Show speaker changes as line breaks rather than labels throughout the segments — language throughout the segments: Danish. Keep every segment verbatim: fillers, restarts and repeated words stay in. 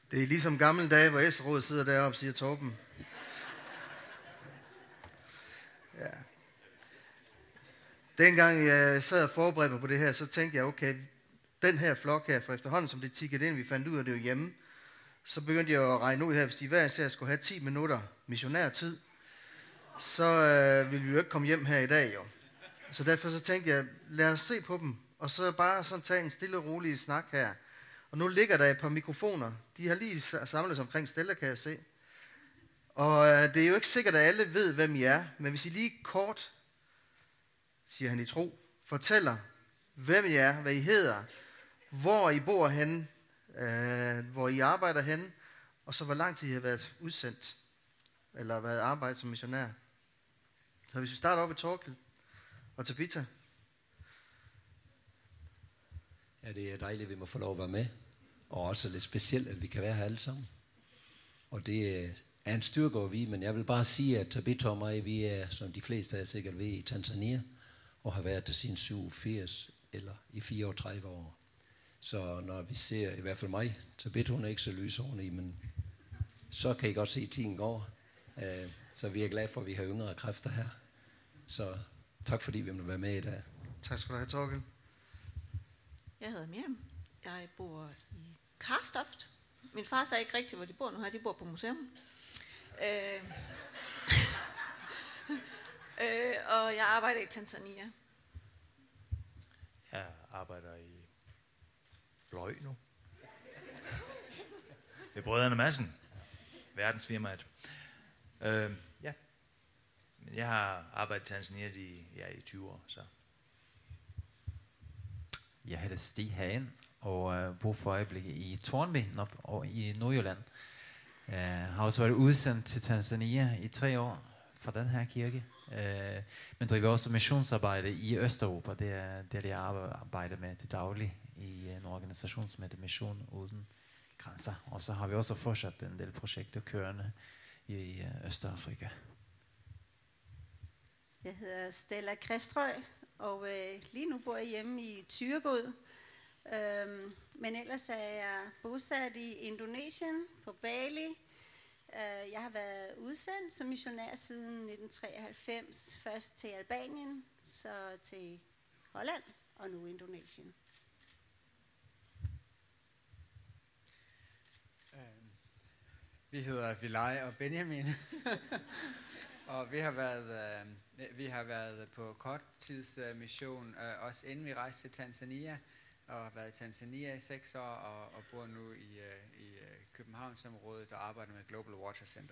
Det er ligesom gamle dage, hvor Ældsterådet sidder deroppe, siger Torben. Ja. Dengang jeg sad og forberedte mig på det her, så tænkte jeg, okay, den her flok her, for efterhånden som det tikkede ind, vi fandt ud af det jo hjemme, så begyndte jeg at regne ud her, hvis de hver især skulle have ti minutter missionærtid, så øh, ville vi jo ikke komme hjem her i dag jo. Så derfor så tænkte jeg, lad os se på dem, og så bare sådan tage en stille og rolig snak her. Og nu ligger der et par mikrofoner. De har lige samlet omkring Stella, kan jeg se. Og øh, det er jo ikke sikkert, at alle ved, hvem I er, men hvis I lige kort, siger han i tro, fortæller, hvem I er, hvad I hedder, hvor I bor henne, øh, hvor I arbejder henne, og så hvor lang tid I har været udsendt, eller været arbejdet som missionær. Så hvis vi starter op ved Torkild og Tabitha.
Ja, det er dejligt, at vi må få lov at være med, og også lidt specielt, at vi kan være her alle sammen. Og det er en styrke over vi, men jeg vil bare sige, at Tabitha og mig, vi er, som de fleste af jer sikkert ved, i Tanzania, og har været der siden syvogfirs, eller i fireogtredive år. Så når vi ser, i hvert fald mig, Tabitha, hun er ikke så lys oveni, men så kan I godt se, at tiden går. Så vi er glade for, at vi har yngre kræfter her. Så tak fordi vi må være med i dag.
Tak skal du have, Torkild.
Jeg hedder Miriam. Jeg bor i Karstoft. Min far sagde ikke rigtigt, hvor de bor nu her. De bor på museum. Øh, øh, og jeg arbejder i Tanzania.
Jeg arbejder i Bløj nu. Det er Brødrene Madsen. Verdensfirmaet. Øh, ja. Men jeg har arbejdet i Tanzania i, ja, i tyve år, så.
Jeg hedder Stig Hagen og øh, bor for øjeblikket i Tornby og i Nordjylland. Jeg øh, har også været udsendt til Tanzania i tre år fra den her kirke, øh, men driver også missionsarbejde i Østeuropa. Det er det, jeg arbejder med til daglig i en organisation, som hedder Mission Uden Grænser. Og så har vi også fortsat en del projekter kørende i øh, Østafrika.
Jeg hedder Stella Kristrøg, og øh, lige nu bor jeg hjemme i Thyregod. Øhm, men ellers er jeg bosat i Indonesien, på Bali. Øh, jeg har været udsendt som missionær siden nitten treoghalvfems. Først til Albanien, så til Holland og nu Indonesien.
Vi hedder Vilaj og Benjamin. Og vi har været, øh, vi har været på korttidsmission, øh, også inden vi rejste til Tanzania, og har været i Tanzania i seks år, og, og bor nu i, øh, i Københavnsområdet og arbejder med Global Water Center.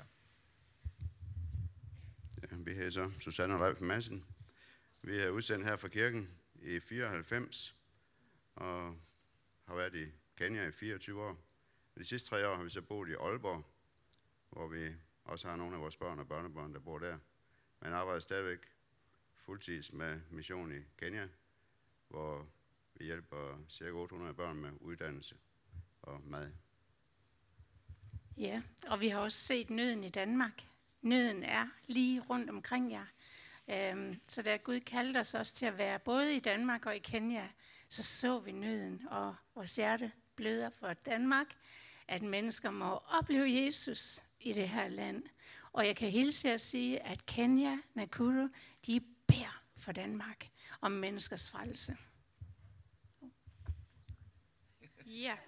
Ja, vi hedder så Susanne Reif Madsen. Vi er udsendt her fra kirken i fireoghalvfems, og har været i Kenya i fireogtyve år. De sidste tre år har vi så boet i Aalborg, hvor vi også har nogle af vores børn og børnebørn, der bor der. Man arbejder stadigvæk fuldtids med mission i Kenya, hvor vi hjælper cirka otte hundrede børn med uddannelse og mad.
Ja, og vi har også set nøden i Danmark. Nøden er lige rundt omkring jer. Øhm, så da Gud kaldte os også til at være både i Danmark og i Kenya, så så vi nøden, og vores hjerte bløder for Danmark, at mennesker må opleve Jesus i det her land. Og jeg kan hilse at sige, at Kenya, Nakuru, de beder for Danmark om menneskers frelse.
Ja.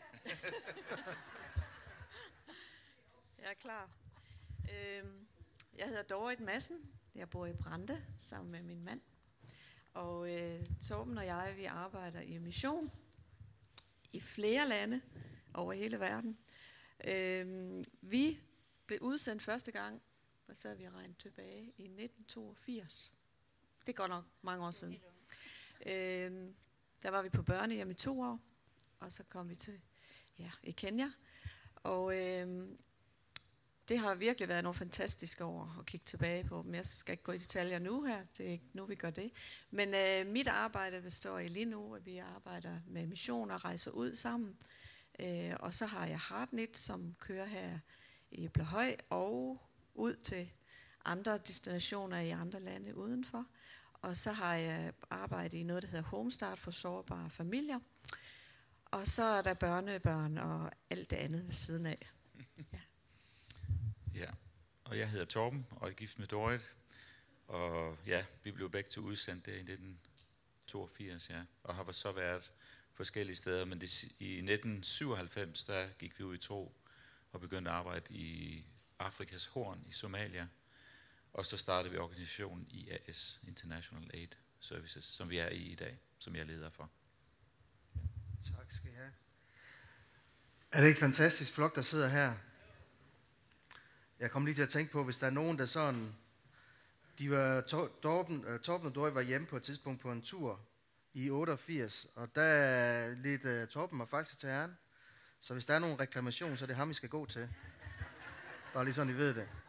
Jeg er klar. Øhm, jeg hedder Dorit Madsen. Jeg bor i Brande sammen med min mand. Og øh, Torben og jeg, vi arbejder i mission i flere lande over hele verden. Øhm, vi blev udsendt første gang, og så er vi regnet tilbage i nitten toogfirs. Det er godt nok mange år siden. Øhm, der var vi på børnehjem i to år, og så kom vi til ja, i Kenya. Og øhm, det har virkelig været nogle fantastiske år at kigge tilbage på. Men jeg skal ikke gå i detaljer nu her, det er ikke nu vi gør det. Men øh, mit arbejde består i lige nu, at vi arbejder med mission og rejser ud sammen. Øh, og så har jeg Heartnet, som kører her i Blåhøj og ud til andre destinationer i andre lande udenfor. Og så har jeg arbejdet i noget, der hedder Homestart for sårbare familier. Og så er der børnebørn og alt det andet ved siden af.
Ja, og jeg hedder Torben, og er gift med Dorit. Og ja, vi blev begge til udsendt der i nitten toogfirs, ja. Og har så været forskellige steder, men det, i nitten syvoghalvfems, der gik vi ud i tro og begyndte at arbejde i Afrikas Horn i Somalia. Og så startede vi organisationen I A S, International Aid Services, som vi er i i dag, som jeg leder for.
Tak skal I have. Er det ikke fantastisk flok, der sidder her? Jeg kom lige til at tænke på, hvis der er nogen, der sådan... De var, Torben, uh, Torben og Dorit var hjemme på et tidspunkt på en tur i otteogfirs, og der lidt uh, Torben var faktisk til herren. Så hvis der er nogen reklamation, så er det ham, I skal gå til. Bare lige sådan, I ved det.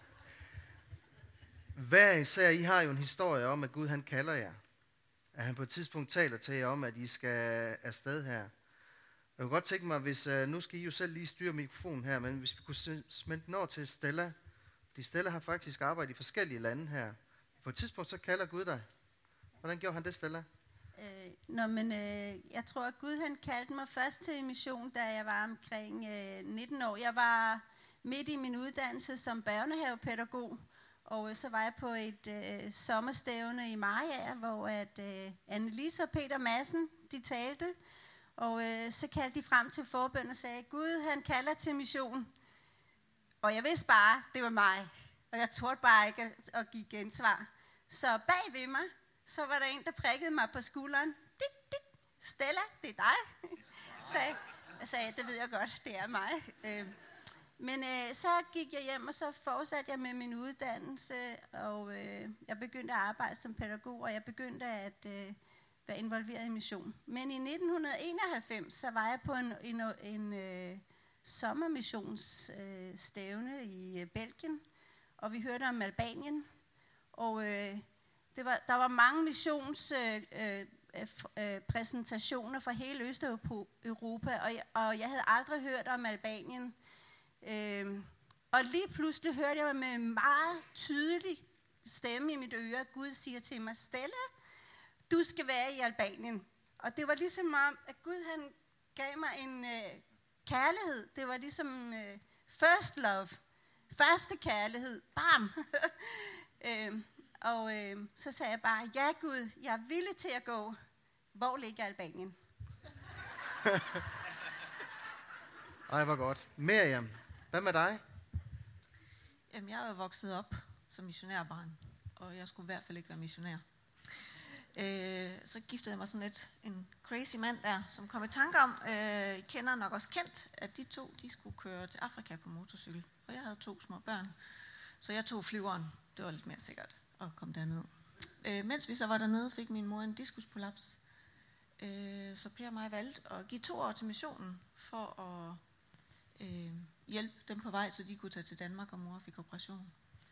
Hver især, I har jo en historie om, at Gud han kalder jer. At han på et tidspunkt taler til jer om, at I skal afsted her. Jeg kunne godt tænke mig, hvis, uh, nu skal I jo selv lige styre mikrofonen her, men hvis vi kunne smide den over til Stella. De Stella har faktisk arbejdet i forskellige lande her. På et tidspunkt så kalder Gud dig. Hvordan gjorde han det, Stella?
Øh, nå, men øh, jeg tror, at Gud han kaldte mig først til mission, da jeg var omkring øh, nitten år. Jeg var midt i min uddannelse som børnehavepædagog, og øh, så var jeg på et øh, sommerstævne i Mariager, hvor at øh, Annelise og Peter Madsen, de talte. Og øh, så kaldte de frem til forbøn og sagde, Gud han kalder til mission. Og jeg vidste bare, det var mig. Og jeg turde bare ikke at, at give gensvar. Så bag ved mig, så var der en, der prikkede mig på skulderen. Dik, dik. Stella, det er dig. Så jeg, jeg sagde, det ved jeg godt, det er mig. Øh, men øh, så gik jeg hjem, og så fortsatte jeg med min uddannelse. Og øh, jeg begyndte at arbejde som pædagog, og jeg begyndte at øh, være involveret i mission. Men i nitten enoghalvfems, så var jeg på en... en, en øh, sommermissionsstævne øh, i øh, Belgien, og vi hørte om Albanien, og øh, det var, der var mange missionspræsentationer øh, øh, fra hele Østeuropa, og jeg, og jeg havde aldrig hørt om Albanien. Øh, og lige pludselig hørte jeg med meget tydelig stemme i mit øre, Gud siger til mig, Stella, du skal være i Albanien. Og det var ligesom om, at Gud han gav mig en... Øh, kærlighed, det var ligesom uh, first love, første kærlighed, bam. øhm, og øh, så sagde jeg bare, ja Gud, jeg er villig til at gå. Hvor ligger Albanien?
Ej, hvor godt. Miriam, hvad med dig?
Jamen, jeg er jo vokset op som missionærbarn, og jeg skulle i hvert fald ikke være missionær. Øh, så giftede jeg mig sådan lidt en crazy mand der, som kom i tanke om, øh, I kender nok også kendt, at de to, de skulle køre til Afrika på motorcykel. Og jeg havde to små børn, så jeg tog flyveren. Det var lidt mere sikkert at komme derned. Øh, mens vi så var dernede, fik min mor en diskusprolaps. Øh, så Per og mig valgte at give to år til missionen, for at øh, hjælpe dem på vej, så de kunne tage til Danmark, og mor fik operation.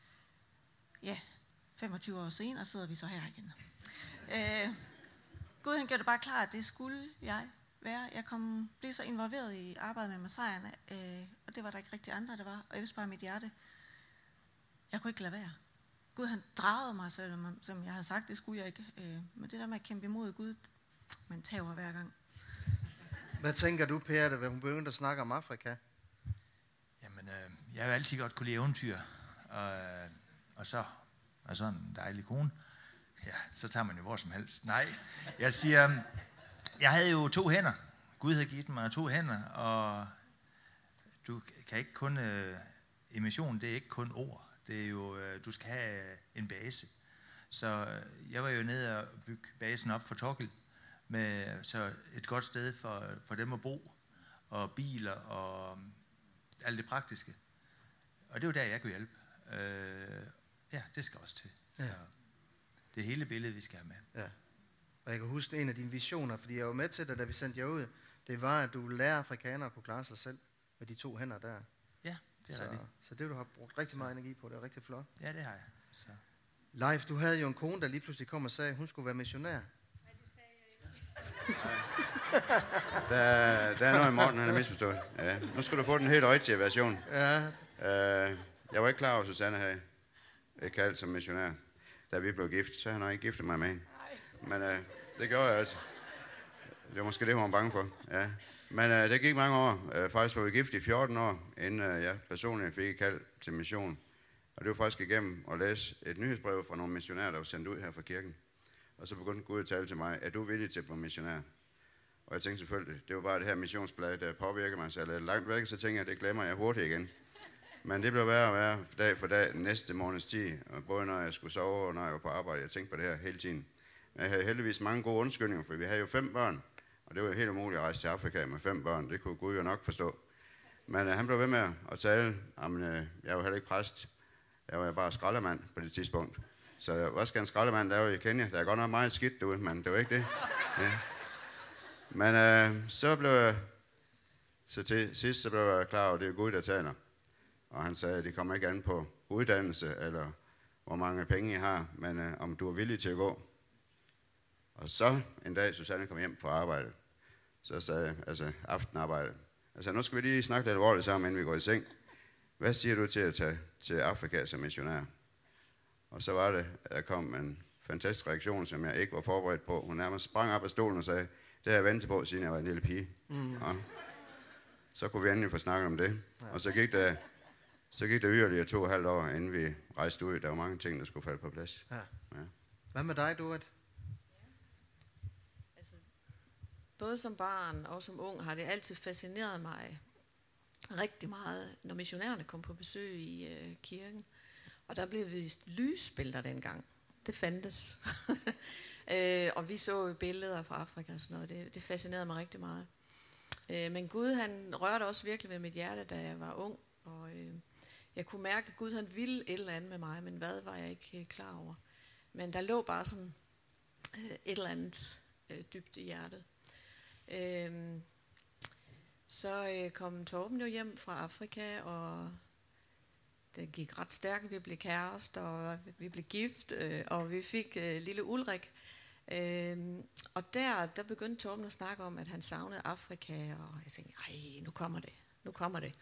Ja, femogtyve år senere sidder vi så her igen. Øh, Gud han gjorde det bare klart, at det skulle jeg være. Jeg kom, blev så involveret i arbejdet med Messiaherne, øh, og det var der ikke rigtig andre, der var. Og jeg vidste bare i mit hjerte, jeg kunne ikke lade være. Gud han dragede mig, selvom som jeg havde sagt, det skulle jeg ikke. Øh, men det der med at kæmpe imod Gud, man tager hver gang.
Hvad tænker du, Per, da hun begyndte at snakke om Afrika?
Jamen, øh, jeg har jo altid godt kunne lide eventyr, og, og så og så en dejlig kone. Ja, så tager man jo hvor som helst. Nej, jeg siger, jeg havde jo to hænder. Gud havde givet mig to hænder, og du kan ikke kun, øh, emission, det er ikke kun ord. Det er jo, øh, du skal have en base. Så øh, jeg var jo nede og bygge basen op for Torkel, med så et godt sted for, for dem at bo, og biler, og alt det praktiske. Og det var der, jeg kunne hjælpe. Øh, ja, det skal også til. Så. Ja. Det er hele billedet, vi skal have med.
Ja. Og jeg kan huske en af dine visioner, fordi jeg var med til det, da vi sendte jer ud, det var, at du lærer afrikanere at kunne klare sig selv med de to hænder der.
Ja, det er
så,
rigtigt.
Så det, du har brugt rigtig
så.
meget energi på, det er rigtig flot.
Ja, det har jeg. Så.
Leif, du havde jo en kone, der lige pludselig kom og sagde, at hun skulle være missionær.
Nej, det sagde jeg ikke. der, der er noget i Morten, han har misforstået. Ja. Nu skal du få den helt rigtige version.
Ja.
Uh, jeg var ikke klar over, at Susanne havde et kald som missionær. Da vi blev gift, så har han ikke giftet mig med hende. Men uh, det gjorde jeg altså. Det var måske det, hun var bange for. Ja. Men uh, det gik mange år. Uh, faktisk var vi gift i fjorten år, inden uh, jeg personligt fik et kald til mission Og det var faktisk igennem at læse et nyhedsbrev fra nogle missionærer, der var sendt ud her fra kirken. Og så begyndte Gud at tale til mig, er du villig til at blive missionær? Og jeg tænkte selvfølgelig, det var bare det her missionsblad, der påvirker mig, så jeg langt væk, så tænkte jeg, det glemmer jeg hurtigt igen. Men det blev værre og værre dag for dag, næste måneds tid, og både når jeg skulle sove og når jeg var på arbejde, jeg tænkte på det her hele tiden. Jeg havde heldigvis mange gode undskyldninger, for vi havde jo fem børn, og det var helt umuligt at rejse til Afrika med fem børn, det kunne Gud jo nok forstå. Men uh, han blev ved med at tale, jamen, uh, jeg var heller ikke præst, jeg var bare skraldemand på det tidspunkt. Så hvad skal en skraldemand lave i Kenya? Der er godt nok meget skidt derude, men det var ikke det. Ja. Men uh, så blev jeg, så til sidst så blev jeg klar over, at det er Gud, der taler. Og han sagde, at det kommer ikke an på uddannelse, eller hvor mange penge I har, men uh, om du er villig til at gå. Og så en dag, Susanne kom hjem fra arbejde, så sagde jeg, altså aftenarbejde, altså nu skal vi lige snakke lidt alvorligt sammen, inden vi går i seng. Hvad siger du til at tage til Afrika som missionær? Og så var det, at der kom en fantastisk reaktion, som jeg ikke var forberedt på. Hun nærmest sprang op af stolen og sagde, det har jeg ventet på, siden jeg var en lille pige. Mm. Og så kunne vi endelig få snakket om det. Ja. Og så gik der, så gik der yderligere to og et halvt år, inden vi rejste ud. Der var mange ting, der skulle falde på plads.
Ja.
Ja.
Hvad med dig, Dorit?
Altså, både som barn og som ung har det altid fascineret mig rigtig meget, når missionærerne kom på besøg i øh, kirken. Og der blev vist lysbilleder dengang. Det fandtes. øh, og vi så billeder fra Afrika og sådan noget. Det, det fascinerede mig rigtig meget. Øh, men Gud, han rørte også virkelig ved mit hjerte, da jeg var ung. Og øh, jeg kunne mærke, at Gud, han ville et eller andet med mig, men hvad var jeg ikke helt klar over. Men der lå bare sådan øh, et eller andet øh, dybt i hjertet. Øh, så øh, kom Torben jo hjem fra Afrika, og det gik ret stærkt. Vi blev kærester, og vi blev gift, øh, og vi fik øh, lille Ulrik. Øh, og der, der begyndte Torben at snakke om, at han savnede Afrika, og jeg tænkte, ej, nu kommer det, nu kommer det.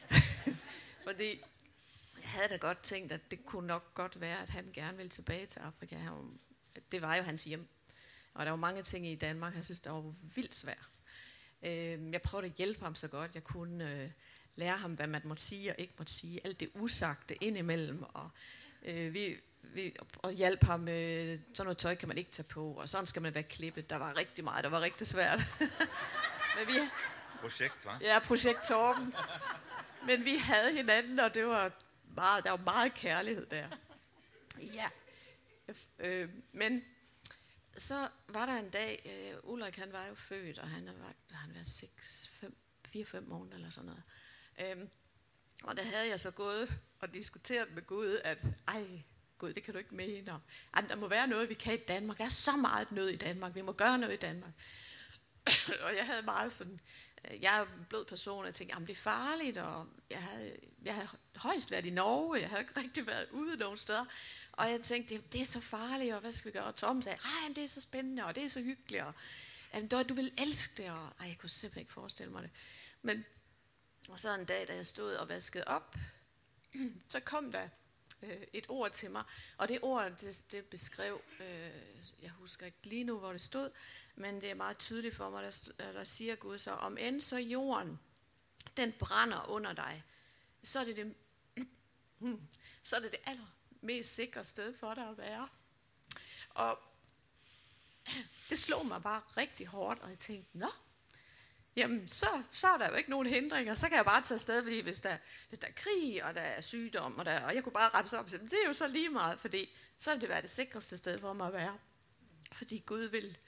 Fordi jeg havde da godt tænkt, at det kunne nok godt være, at han gerne ville tilbage til Afrika. Han, det var jo hans hjem. Og der var mange ting i Danmark, jeg synes, der var vildt svært. Øh, jeg prøvede at hjælpe ham så godt, jeg kunne øh, lære ham, hvad man måtte sige og ikke måtte sige. Alt det usagte indimellem. Og, øh, vi, vi, og hjælp ham med, sådan noget tøj kan man ikke tage på, og sådan skal man være klippet. Der var rigtig meget, der var rigtig svært. Men vi,
projekt, hva'?
Ja, projekt Torben. Men vi havde hinanden, og det var meget, der var meget kærlighed der. Ja. Øh, men så var der en dag, øh, Ulrik han var jo født, og han var, han var seks, fem, fire, fem måneder eller sådan noget. Øhm, og der havde jeg så gået og diskuteret med Gud, at ej, Gud, det kan du ikke mene. Og, der må være noget, vi kan i Danmark. Der er så meget nød i Danmark. Vi må gøre noget i Danmark. Og jeg havde meget sådan, jeg er en blød person, og jeg tænkte, jamen det er farligt, og jeg havde, jeg havde højst været i Norge, jeg havde ikke rigtig været ude nogen steder, og jeg tænkte, det, det er så farligt, og hvad skal vi gøre? Og Tom sagde, ej, det er så spændende, og det er så hyggeligt, og jamen, du vil elske det, og ej, jeg kunne simpelthen ikke forestille mig det. Men og så en dag, da jeg stod og vaskede op, så kom der øh, et ord til mig, og det ord, det, det beskrev, øh, jeg husker ikke lige nu, hvor det stod, men det er meget tydeligt for mig, der, stod, der siger Gud så, om end så jorden, den brænder under dig, så er det det, så er det det allermest sikre sted for dig at være. Og det slog mig bare rigtig hårdt, og jeg tænkte, nå, jamen så, så er der jo ikke nogen hindringer, så kan jeg bare tage afsted, fordi hvis der, hvis der er krig, og der er sygdom, og, der, og jeg kunne bare ramse op og sige, det er jo så lige meget, fordi så vil det være det sikreste sted for mig at være. Fordi Gud vil,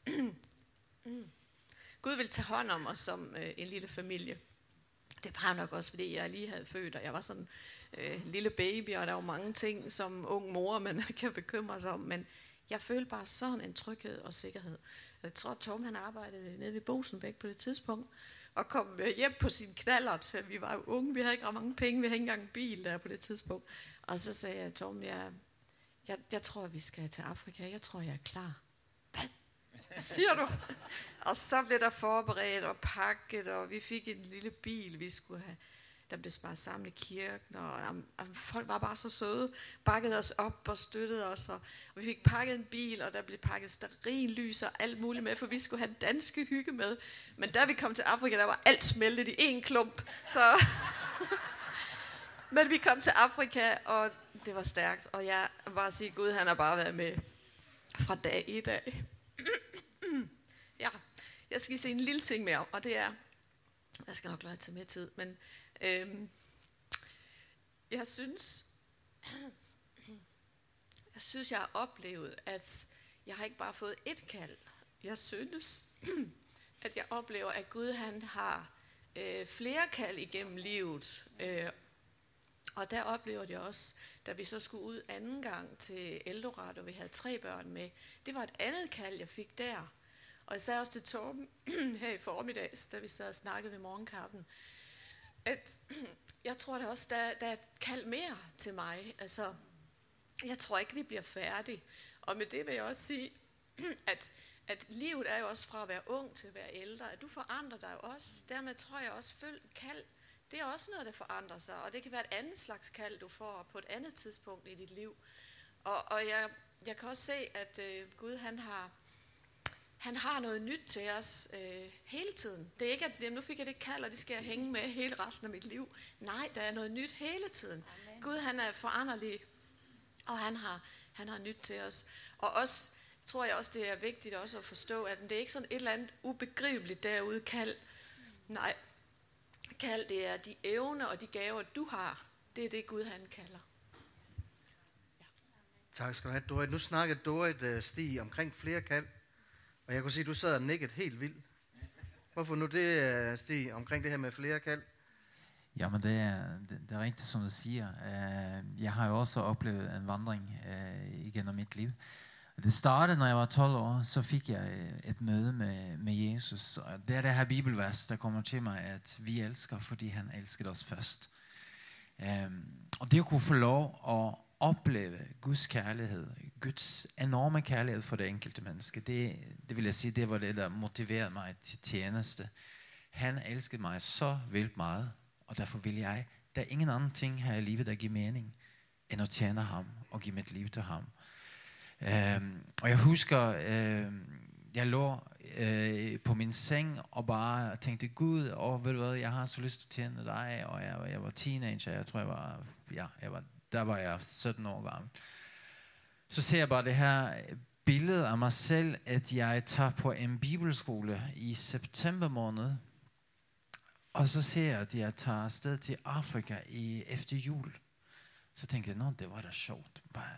Gud vil tage hånd om os som øh, en lille familie. Det var nok også, fordi jeg lige havde født, og jeg var sådan øh, en lille baby, og der var mange ting, som ung mor, man kan bekymre sig om, men jeg følte bare sådan en tryghed og sikkerhed. Jeg tror, Tom han arbejdede nede ved Bosenbæk på det tidspunkt, og kom hjem på sin knallert. Vi var jo unge, vi havde ikke ret mange penge, vi havde ikke engang en bil der på det tidspunkt. Og så sagde jeg, Tom, jeg, jeg, jeg tror, vi skal til Afrika, jeg tror, jeg er klar. Hvad siger du? Og så blev der forberedt og pakket, og vi fik en lille bil, vi skulle have. Der blev bare samlet i kirken, og, og, og folk var bare så søde, bakkede os op og støttede os, og, og vi fik pakket en bil, og der blev pakket stearinlys og alt muligt med, for vi skulle have danske hygge med. Men da vi kom til Afrika, der var alt smeltet i én klump. Så men vi kom til Afrika, og det var stærkt, og jeg vil bare sige, Gud han har bare været med fra dag i dag. Ja, jeg skal sige en lille ting mere, og det er, jeg skal nok lade tage mere tid, men øhm, jeg synes, jeg synes, jeg har oplevet, at jeg har ikke bare fået et kald. Jeg synes, at jeg oplever, at Gud han har øh, flere kald igennem livet. Øh, og der oplever jeg også, da vi så skulle ud anden gang til Eldorado, og vi havde tre børn med. Det var et andet kald, jeg fik der. Og jeg sagde også til Torben her i formiddags, da vi så snakkede ved morgenkaffen, at jeg tror da også, der, der er et kald mere til mig. Altså, jeg tror ikke, vi bliver færdige. Og med det vil jeg også sige, at, at livet er jo også fra at være ung til at være ældre. At du forandrer dig jo også. Dermed tror jeg også, følg kald. Det er også noget, der forandrer sig. Og det kan være et andet slags kald, du får på et andet tidspunkt i dit liv. Og, og jeg, jeg kan også se, at øh, Gud han har, han har noget nyt til os øh, hele tiden. Det er ikke, at jamen, nu fik jeg det kald, og det skal jeg hænge med hele resten af mit liv. Nej, der er noget nyt hele tiden. Amen. Gud han er foranderlig, og han har, han har nyt til os. Og også tror jeg også, det er vigtigt også at forstå, at det er ikke sådan et eller andet ubegribeligt derude kald. Nej, kald det er de evner og de gaver, du har. Det er det, Gud han kalder. Ja.
Tak skal du have, Dorit. Nu snakkede Dorit, Stig, omkring flere kald. Og jeg kunne se, at du sad og nikket helt vildt. Hvorfor nu det, Stig, omkring det her med flere kald?
Jamen det er, det, det er rigtigt, som du siger. Uh, jeg har jo også oplevet en vandring uh, igennem mit liv. Det startede, når jeg var tolv år, så fik jeg et møde med, med Jesus. Og det er det her bibelvers, der kommer til mig, at vi elsker, fordi han elskede os først. Um, og det at kunne få lov at opleve Guds kærlighed, Guds enorme kærlighed for det enkelte menneske, det, det vil jeg sige, det var det, der motiverede mig til tjeneste. Han elskede mig så vildt meget, og derfor vil jeg, der er ingen anden ting her i livet, der giver mening, end at tjene ham og give mit liv til ham. Um, og jeg husker, uh, jeg lå uh, på min seng og bare tænkte, Gud, og ved du hvad, jeg har så lyst til at tjene dig, og jeg, jeg var teenager, jeg tror jeg var, ja, jeg var, der var jeg sytten år gammel. Så ser jeg bare det her billede af mig selv, at jeg tager på en bibelskole i september måned, og så ser jeg, at jeg tager afsted til Afrika i efter jul. Så tænkte jeg, nå, det var da sjovt. Bare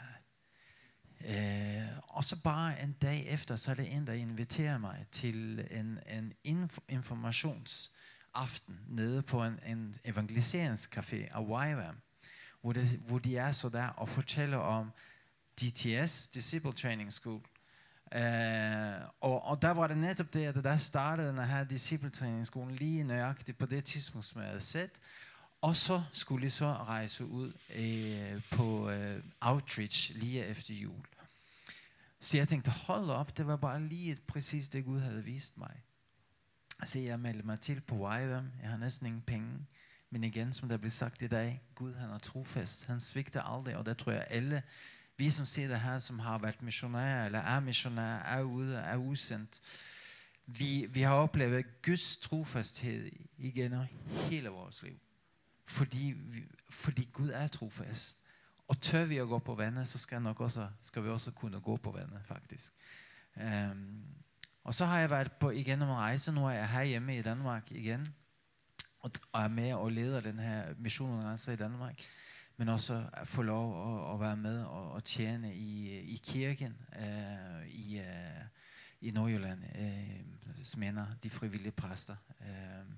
Øh, og så bare en dag efter, så er det en, der inviterer mig til en, en inf- informationsaften nede på en, en evangeliseringscafé af Y W A M, hvor, det, hvor de er så der og fortæller om D T S, Disciple Training School. Øh, og, og der var det netop det, at der startede den her Disciple Training School lige nøjagtigt på det tidspunkt, som jeg havde set. Og så skulle de så rejse ud øh, på øh, outreach lige efter jul. Så jeg tænkte, hold op, det var bare lige et, præcis det Gud havde vist mig. Så jeg meldte mig til på Y W A M. Jeg har næsten ingen penge. Men igen, som der blev sagt i dag, Gud han er trofast. Han svigter aldrig, og der tror jeg alle, vi som sidder her, som har været missionærer, eller er missionærer, er ude, er udsendt. Vi, vi har oplevet Guds trofasthed igennem hele vores liv. Fordi, vi, fordi Gud er trofast. Og tør vi at gå på vandet, så skal, nok også, skal vi også kunne gå på vandet, faktisk. Um, og så har jeg været på igen en rejse. Nu er jeg herhjemme i Danmark igen. Og, og er med og leder den her mission i Danmark. Men også at få lov at, at være med og, og tjene i, i kirken uh, i, uh, i Nordjylland, uh, som ender de frivillige præster. Uh,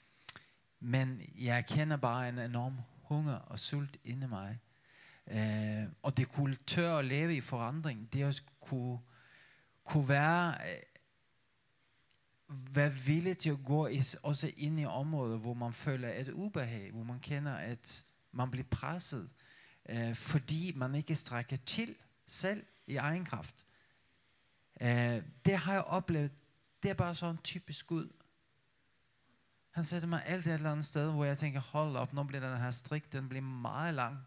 Men jeg kender bare en enorm hunger og sult inde i mig. Uh, og det kunne tør at leve i forandring. Det at kunne, kunne være, uh, være villig til at gå i, også ind i områder, hvor man føler et ubehag, hvor man kender, at man bliver presset, uh, fordi man ikke strækker til selv i egen kraft. Uh, det har jeg oplevet. Det er bare sådan typisk Gud. Han sætter mig alt et eller andet sted, hvor jeg tænker, hold op, nu bliver den her strik, den bliver meget lang.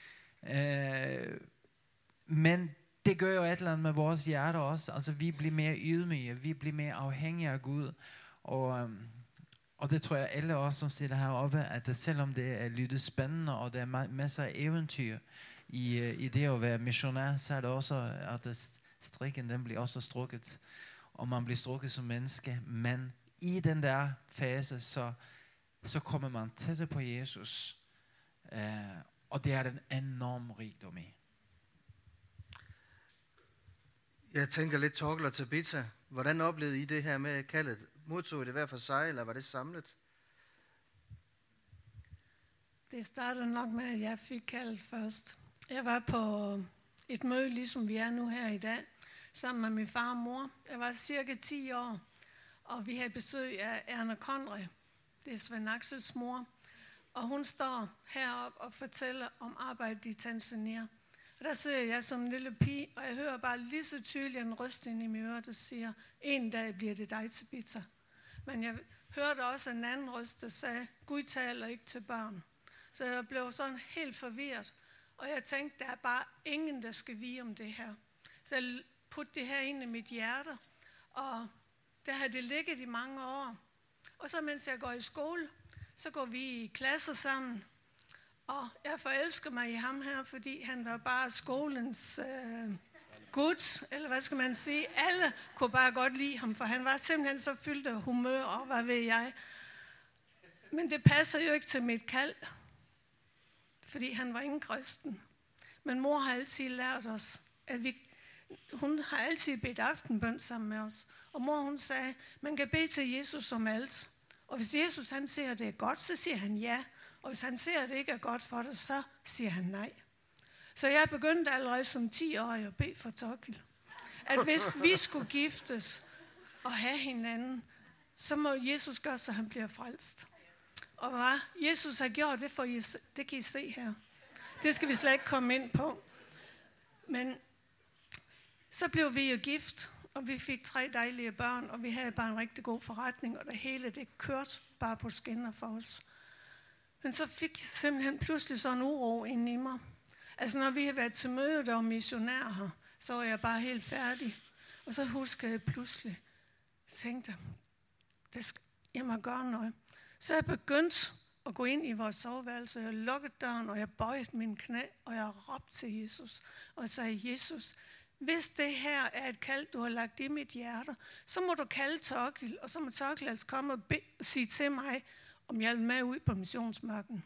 Øh, men det gør jo et eller andet med vores hjerter også. Altså vi bliver mere ydmyge, vi bliver mere afhængige af Gud. Og, øhm, og det tror jeg alle os, som sidder heroppe, at det, selvom det er lyttet spændende, og der er masser af eventyr i, øh, i det at være missionær, så er det også, at det, strikken den bliver også strukket, og man bliver strukket som menneske, men i den der fase, så, så kommer man tættere på Jesus, øh, og det er den enorm rigdom i.
Jeg tænker lidt, Torkel og Tabitha, hvordan oplevede I det her med kaldet? Modtog I det hver for sig, eller var det samlet?
Det startede nok med, at jeg fik kaldet først. Jeg var på et møde, ligesom vi er nu her i dag, sammen med min far og mor. Jeg var cirka ti år, og vi havde besøg af Erna Conrad. Det er Svend Axels mor. Og hun står heroppe og fortæller om arbejdet i Tanzania. Og der sidder jeg som en lille pige, og jeg hører bare lige så tydeligt en røst ind i mit øre, der siger, en dag bliver det dig, Tabitha. Men jeg hørte også en anden røst, der sagde, Gud taler ikke til børn. Så jeg blev sådan helt forvirret, og jeg tænkte, der er bare ingen, der skal vide om det her. Så jeg puttede det her ind i mit hjerte, og der har det ligget i mange år. Og så mens jeg går i skole, så går vi i klasser sammen, og jeg forelsker mig i ham her, fordi han var bare skolens øh, gut, eller hvad skal man sige. Alle kunne bare godt lide ham, for han var simpelthen så fyldt af humør, og hvad ved jeg. Men det passer jo ikke til mit kald, fordi han var ingen kristen. Men mor har altid lært os, at vi, hun har altid bedt aftenbøn sammen med os. Og mor hun sagde, man kan bede til Jesus om alt. Og hvis Jesus han siger, at det er godt, så siger han ja. Og hvis han ser, at det ikke er godt for dig, så siger han nej. Så jeg begyndte allerede som ti-årig at bede for Torkild. At hvis vi skulle giftes og have hinanden, så må Jesus gøre, så han bliver frelst. Og hvad Jesus har gjort, det, får I, det kan I se her. Det skal vi slet ikke komme ind på. Men så blev vi jo gift, og vi fik tre dejlige børn, og vi havde bare en rigtig god forretning, og det hele det kørte bare på skinner for os. Men så fik jeg simpelthen pludselig sådan en uro inde i mig. Altså når vi havde været til møde, der var missionærer her, så var jeg bare helt færdig. Og så huskede jeg pludselig, jeg tænkte, jeg må gøre noget. Så jeg begyndte at gå ind i vores soveværelse, jeg lukkede døren, og jeg bøjede mine knæ, og jeg råbte til Jesus, og sagde, Jesus, hvis det her er et kald, du har lagt i mit hjerte, så må du kalde Torkild, og så må Torkild altså komme og, be- og sige til mig, om jeg vil med ud på missionsmarken.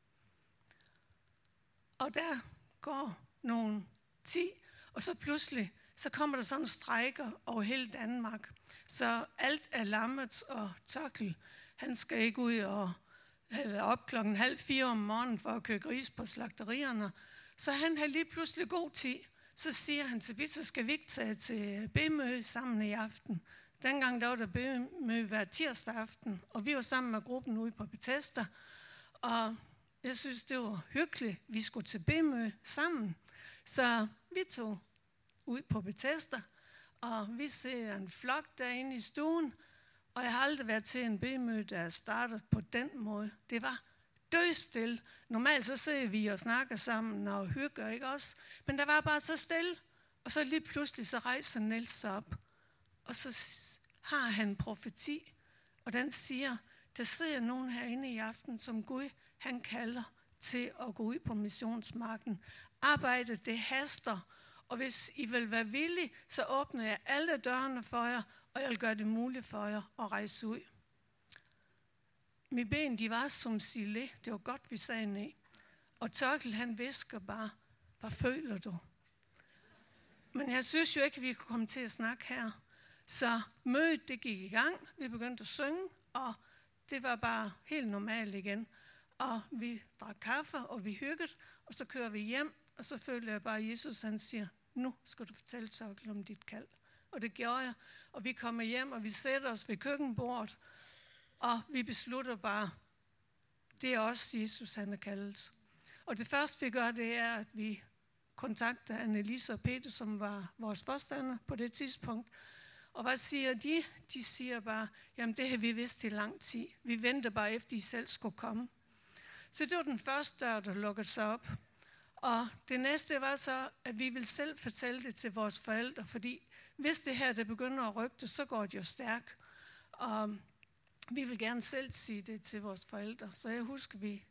Og der går nogle ti, og så pludselig, så kommer der sådan strejker over hele Danmark. Så alt er lammet, og Torkild, han skal ikke ud og op klokken halv fire om morgenen for at køre gris på slagterierne. Så han har lige pludselig god tid. Så siger han til Bita, skal vi ikke tage til B-møde sammen i aften? Dengang der var der B-møde hver tirsdag aften, og vi var sammen med gruppen ude på Bethesda. Og jeg synes, det var hyggeligt, vi skulle til B-møde sammen. Så vi tog ud på Bethesda, og vi ser en flok derinde i stuen, og jeg har aldrig været til en B-møde, der startede på den måde. Det var dødstille. Normalt så sidder vi og snakker sammen og hygger, ikke også? Men der var bare så stille, og så lige pludselig så rejser Niels sig op, og så har han en profeti, og den siger, der sidder nogen herinde i aften, som Gud han kalder til at gå ud på missionsmarken. Arbejdet, det haster, og hvis I vil være villige, så åbner jeg alle dørene for jer, og jeg vil gøre det muligt for jer at rejse ud. Mine ben, de var som sile. Det var godt, vi sagde ned. Og Torkild, han visker bare, hvad føler du? Men jeg synes jo ikke, at vi kunne komme til at snakke her. Så mødet, det gik i gang. Vi begyndte at synge, og det var bare helt normalt igen. Og vi drak kaffe, og vi hyggede, og så kører vi hjem, og så følte jeg bare, at Jesus han siger, nu skal du fortælle Torkild om dit kald. Og det gjorde jeg. Og vi kommer hjem, og vi sætter os ved køkkenbordet, og vi beslutter bare, det er også Jesus, han er kaldet. Og det første, vi gør, det er, at vi kontakter Annelise og Peter, som var vores forstander på det tidspunkt. Og hvad siger de? De siger bare, jamen det har vi vidst i lang tid. Vi venter bare efter, I selv skulle komme. Så det var den første dør, der lukkede sig op. Og det næste var så, at vi vil selv fortælle det til vores forældre, fordi hvis det her, det begynder at rygte, så går det jo stærkt. Og vi vil gerne selv sige det til vores forældre. Så jeg husker, vi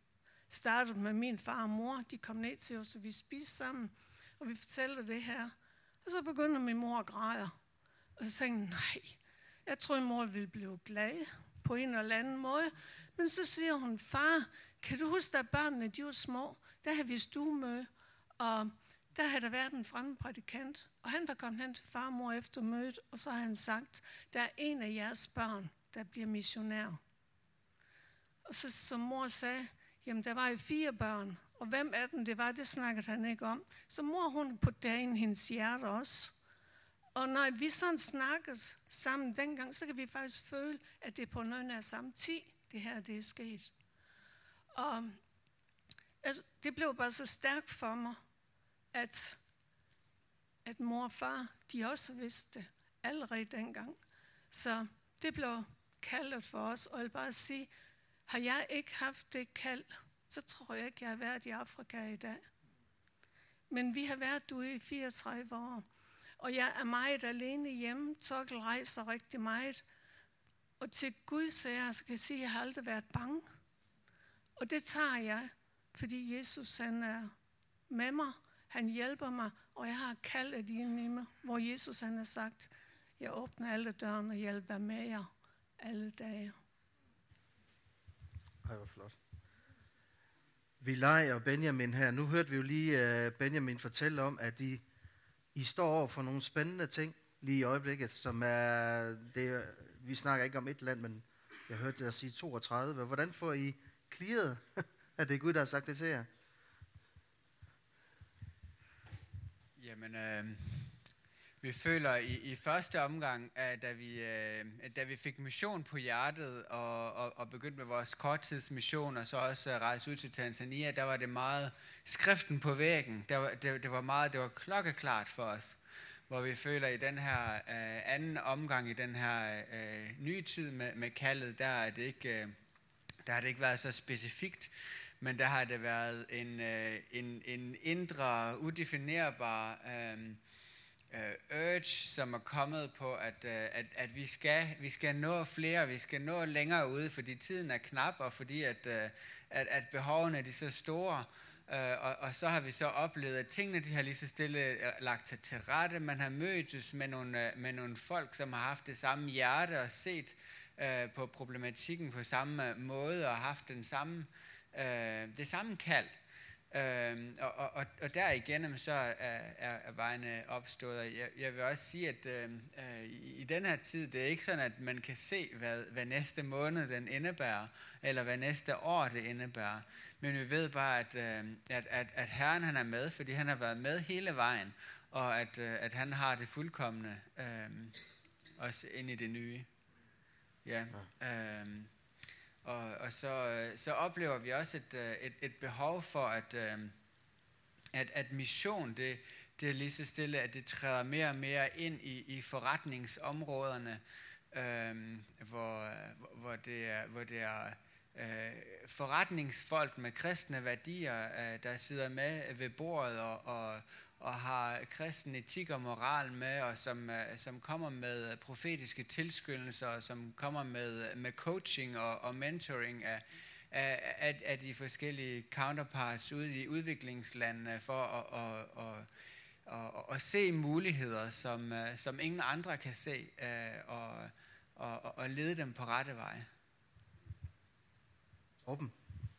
startede med min far og mor. De kom ned til os, og vi spiste sammen, og vi fortalte det her. Og så begynder min mor at græde. Og så tænkte jeg, nej, jeg troede, mor ville blive glad på en eller anden måde. Men så siger hun, far, kan du huske, at børnene de var små? Der havde vi stuemøde, og der havde der været en fremmed prædikant. Og han var kommet hen til far og mor efter mødet, og så har han sagt, der er en af jeres børn, der bliver missionær. Og så som mor sagde, jamen der var jo fire børn, og hvem af dem det var, det snakkede han ikke om. Så mor, hun på dagen hendes hjerte også. Og når vi sådan snakkede sammen dengang, så kan vi faktisk føle, at det er på noget af samme tid, det her det er sket. Og altså, det blev bare så stærkt for mig, at, at mor og far, de også vidste det allerede dengang. Så det blev kaldet for os, og jeg vil bare sige, har jeg ikke haft det kald, så tror jeg ikke, jeg har været i Afrika i dag. Men vi har været derude i fireogtredive år, og jeg er meget alene hjemme. Torkel rejser rigtig meget, og til Guds ære, så kan jeg sige, at jeg har aldrig været bange. Og det tager jeg, fordi Jesus han er med mig, han hjælper mig, og jeg har kaldet inde i mig, hvor Jesus han har sagt, jeg åbner alle dørene, og jeg vil være med jer alle dage.
Ej, hvor flot. Vilaj og Benjamin her. Nu hørte vi jo lige uh, Benjamin fortælle om, at I, I står over for nogle spændende ting lige i øjeblikket, som er, det, vi snakker ikke om et land, men jeg hørte dig sige toogtredive. Hvordan får I clearet, at det er Gud, der har sagt det til jer?
Jamen, øh, vi føler i, i første omgang, at da vi, øh, da vi fik mission på hjertet og, og, og begyndte med vores korttidsmission og så også rejse ud til Tanzania, der var det meget skriften på væggen. Der var, det, det var meget, det var klokkeklart for os, hvor vi føler i den her øh, anden omgang, i den her øh, nye tid med, med kaldet, der er det ikke, øh, der har det ikke været så specifikt. Men der har det været en, øh, en, en indre, udefinerbar øh, øh, urge, som er kommet på, at, øh, at, at vi, skal, vi skal nå flere, vi skal nå længere ude, fordi tiden er knap, og fordi at, øh, at, at behovene er de så store. Øh, og, og så har vi så oplevet, at tingene de har lige så stille lagt sig til rette. Man har mødtes med nogle, med nogle folk, som har haft det samme hjerte og set øh, på problematikken på samme måde og haft den samme Øh, det samme kald, øh, og, og, og derigennem så er, er, er vejene opstået. Jeg, jeg vil også sige, at øh, i, i den her tid, det er ikke sådan, at man kan se, hvad, hvad næste måned den indebærer, eller hvad næste år det indebærer. Men vi ved bare, at, øh, at, at, at Herren han er med, fordi han har været med hele vejen, og at, øh, at han har det fuldkomne, øh, også ind i det nye. Ja, øh, Og, og så, så oplever vi også et, et, et behov for, at, at, at mission, det, det er lige så stille, at det træder mere og mere ind i, i forretningsområderne, øhm, hvor, hvor det er, hvor det er øh, forretningsfolk med kristne værdier, øh, der sidder med ved bordet og, og, og har kristen etik og moral med, og som, uh, som kommer med profetiske tilskyndelser, og som kommer med, med coaching og, og mentoring af, af, af, af de forskellige counterparts ude i udviklingslandene for at, at, at, at, at, at se muligheder, som, uh, som ingen andre kan se, uh, og, og, og lede dem på rette vej.
Åben.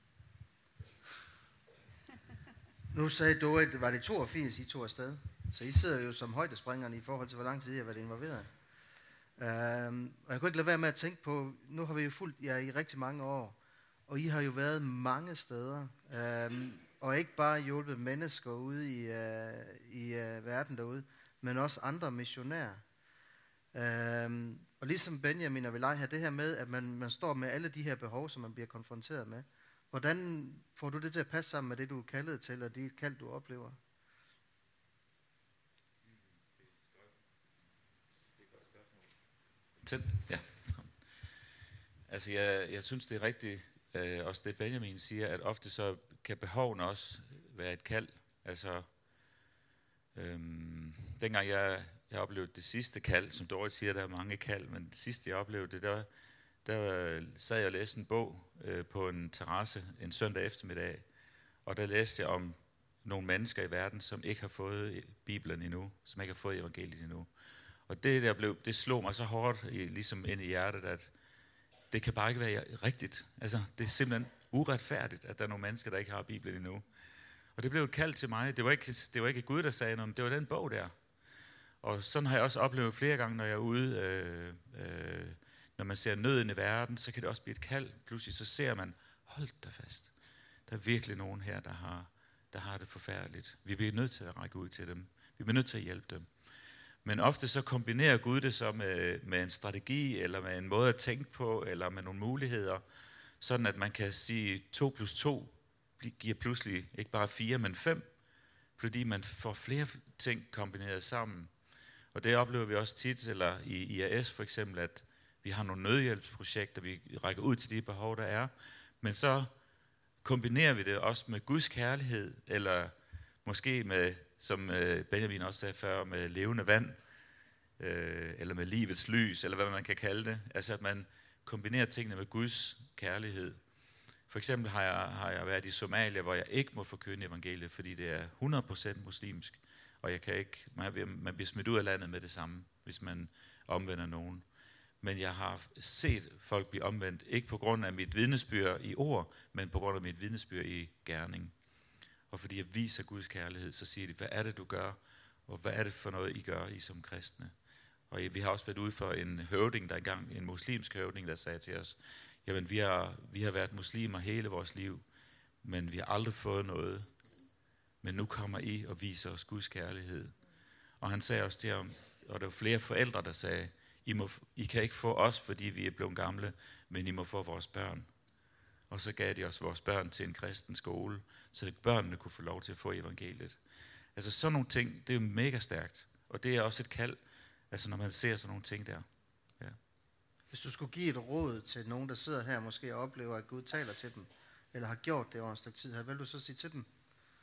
Nu sagde Dorit, var det toogfirs, I tog afsted? Så I sidder jo som højdespringerne i forhold til, hvor lang tid I har været involveret. Um, og jeg kunne ikke lade være med at tænke på, nu har vi jo fulgt jer i rigtig mange år, og I har jo været mange steder, um, og ikke bare hjulpet mennesker ude i, uh, i uh, verden derude, men også andre missionærer. Um, og ligesom Benjamin og Vilaj her, det her med, at man, man står med alle de her behov, som man bliver konfronteret med. Hvordan får du det til at passe sammen med det, du er kaldet til, og det kald, du oplever?
Til? Ja. Altså, jeg, jeg synes, det er rigtigt, øh, også det Benjamin siger, at ofte så kan behovene også være et kald. Altså, øhm, dengang jeg, jeg oplevede det sidste kald, som Dorit siger, der er mange kald, men det sidste, jeg oplevede det, der, der sad jeg og læste en bog øh, på en terrasse en søndag eftermiddag, og der læste jeg om nogle mennesker i verden, som ikke har fået Bibelen endnu, som ikke har fået evangeliet endnu. Og det der blev, det slog mig så hårdt i, ligesom ind i hjertet, at det kan bare ikke være rigtigt. Altså, det er simpelthen uretfærdigt, at der er nogle mennesker, der ikke har Bibelen endnu. Og det blev et kald til mig. Det var ikke, det var ikke Gud, der sagde noget, men det var den bog der. Og sådan har jeg også oplevet flere gange, når jeg er ude, øh, øh, når man ser nøden i verden, så kan det også blive et kald. Pludselig så ser man, hold da fast, der er virkelig nogen her, der har, der har det forfærdeligt. Vi bliver nødt til at række ud til dem. Vi bliver nødt til at hjælpe dem. Men ofte så kombinerer Gud det så med, med en strategi, eller med en måde at tænke på, eller med nogle muligheder, sådan at man kan sige, to plus to giver pludselig ikke bare fire, men fem, fordi man får flere ting kombineret sammen. Og det oplever vi også tit, eller i I A S for eksempel, at vi har nogle nødhjælpsprojekter, vi rækker ud til de behov, der er, men så kombinerer vi det også med Guds kærlighed, eller måske med, som Benjamin også sagde før, med levende vand, øh, eller med livets lys, eller hvad man kan kalde det. Altså at man kombinerer tingene med Guds kærlighed. For eksempel har jeg, har jeg været i Somalia, hvor jeg ikke må forkynde evangeliet, fordi det er hundrede procent muslimsk, og jeg kan ikke, man, man bliver smidt ud af landet med det samme, hvis man omvender nogen. Men jeg har set folk blive omvendt, ikke på grund af mit vidnesbyrd i ord, men på grund af mit vidnesbyrd i gerning. Og fordi jeg viser Guds kærlighed, så siger de, hvad er det, du gør? Og hvad er det for noget, I gør, I som kristne? Og vi har også været ude for en høvding, der engang, en muslimsk høvding, der sagde til os, jamen vi har, vi har været muslimer hele vores liv, men vi har aldrig fået noget. Men nu kommer I og viser os Guds kærlighed. Og han sagde også til ham, og der var flere forældre, der sagde, I, må, I kan ikke få os, fordi vi er blevet gamle, men I må få vores børn. Og så gav de os vores børn til en kristen skole, så børnene kunne få lov til at få evangeliet. Altså sådan nogle ting, det er jo mega stærkt. Og det er også et kald, altså når man ser sådan nogle ting der. Ja.
Hvis du skulle give et råd til nogen, der sidder her måske og oplever, at Gud taler til dem, eller har gjort det over en stykke tid, hvad vil du så sige til dem?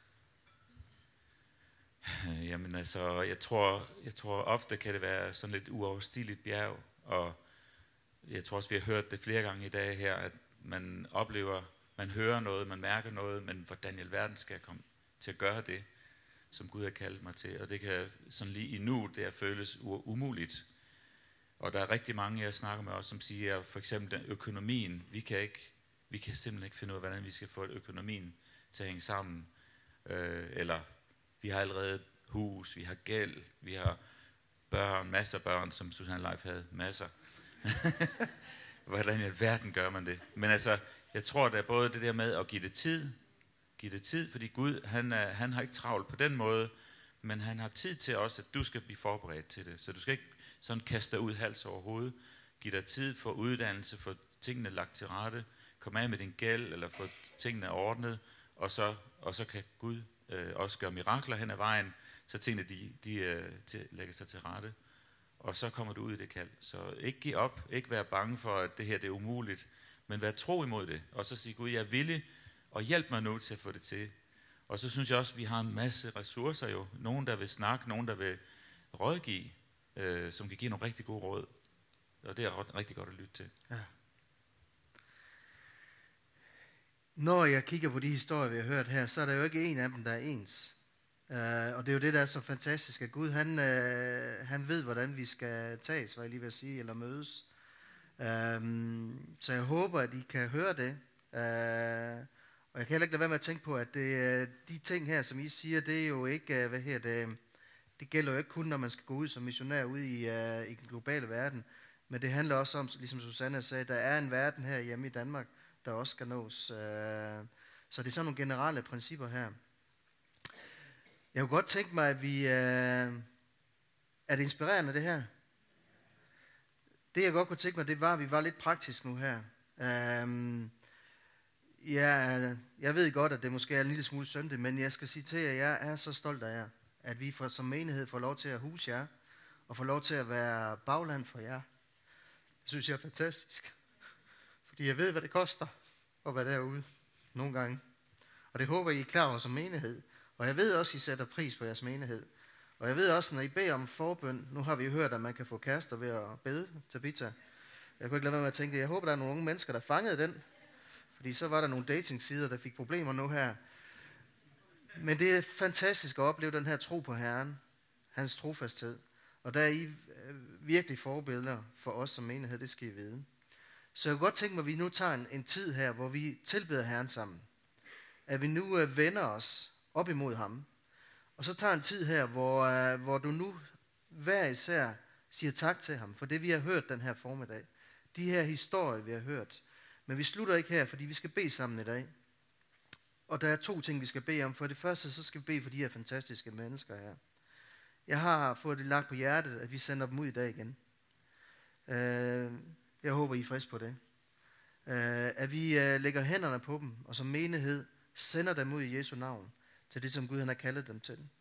Jamen altså, jeg tror, jeg tror ofte kan det være sådan lidt uoverstigeligt bjerg, og jeg tror også, vi har hørt det flere gange i dag her, at man oplever, man hører noget, man mærker noget, men hvordan i alverden skal jeg komme til at gøre det, som Gud har kaldt mig til. Og det kan sådan lige i nu, det føles umuligt. Og der er rigtig mange, jeg snakker med også, som siger, for eksempel den økonomien, vi kan, ikke, vi kan simpelthen ikke finde ud af, hvordan vi skal få økonomien til at hænge sammen. Øh, eller vi har allerede hus, vi har gæld, vi har børn, masser af børn, som Susanne Leif havde, masser. Hvordan i alverden gør man det? Men altså, jeg tror, der er både det der med at give det tid, give det tid, fordi Gud, han, er, han har ikke travlt på den måde, men han har tid til også, at du skal blive forberedt til det. Så du skal ikke sådan kaste dig ud hals over hovedet. Giv dig tid for uddannelse, for tingene lagt til rette, kom af med din gæld, eller få tingene ordnet, og så, og så kan Gud øh, også gøre mirakler hen ad vejen, så tingene de, de øh, til, lægger sig til rette. Og så kommer du ud i det kald. Så ikke give op, ikke være bange for, at det her det er umuligt, men vær tro imod det. Og så sige, Gud, jeg er villig, og hjælp mig nu til at få det til. Og så synes jeg også, at vi har en masse ressourcer jo. Nogen, der vil snakke, nogen, der vil rådgive, øh, som kan give nogle rigtig gode råd. Og det er rigtig godt at lytte til.
Ja. Når jeg kigger på de historier, vi har hørt her, så er der jo ikke en af dem, der er ens. Uh, og det er jo det, der er så fantastisk, at Gud, han, uh, han ved, hvordan vi skal tages, hvad jeg lige vil sige, eller mødes. Uh, så jeg håber, at I kan høre det. Uh, og jeg kan heller ikke lade være med at tænke på, at det, uh, de ting her, som I siger, det er jo ikke, uh, hvad her det, det gælder jo ikke kun, når man skal gå ud som missionær ud i, uh, i den globale verden, men det handler også om, ligesom Susanne sagde, der er en verden her hjemme i Danmark, der også skal nås. Uh, så det er sådan nogle generelle principper her. Jeg kunne godt tænke mig, at vi... Øh, er det inspirerende, det her? Det, jeg godt kunne tænke mig, det var, at vi var lidt praktisk nu her. Um, ja, jeg ved godt, at det måske er en lille smule søndigt, men jeg skal sige til jer, at jeg er så stolt af jer, at vi for, som menighed får lov til at huse jer, og får lov til at være bagland for jer. Det synes jeg er fantastisk. Fordi jeg ved, hvad det koster at være derude nogle gange. Og det håber I er klar over som menighed. Og jeg ved også, I sætter pris på jeres menighed. Og jeg ved også, når I beder om forbøn, nu har vi jo hørt, at man kan få kærester ved at bede, Tabitha. Jeg kunne ikke lade være med at tænke, jeg håber, der er nogle unge mennesker, der fangede den. Fordi så var der nogle datingsider, der fik problemer nu her. Men det er fantastisk at opleve den her tro på Herren, hans trofasthed. Og der er I virkelig forbilleder for os som menighed, det skal I vide. Så jeg kunne godt tænke mig, at vi nu tager en, en tid her, hvor vi tilbeder Herren sammen. At vi nu uh, vender os op imod ham. Og så tager en tid her, hvor, uh, hvor du nu hver især siger tak til ham for det, vi har hørt den her formiddag. De her historier, vi har hørt. Men vi slutter ikke her, fordi vi skal bede sammen i dag. Og der er to ting, vi skal bede om. For det første, så skal vi bede for de her fantastiske mennesker her. Jeg har fået det lagt på hjertet, at vi sender dem ud i dag igen. Uh, jeg håber, I er friske på det. Uh, at vi uh, lægger hænderne på dem, og som menighed sender dem ud i Jesu navn, til det, som Gud han har kaldet dem til.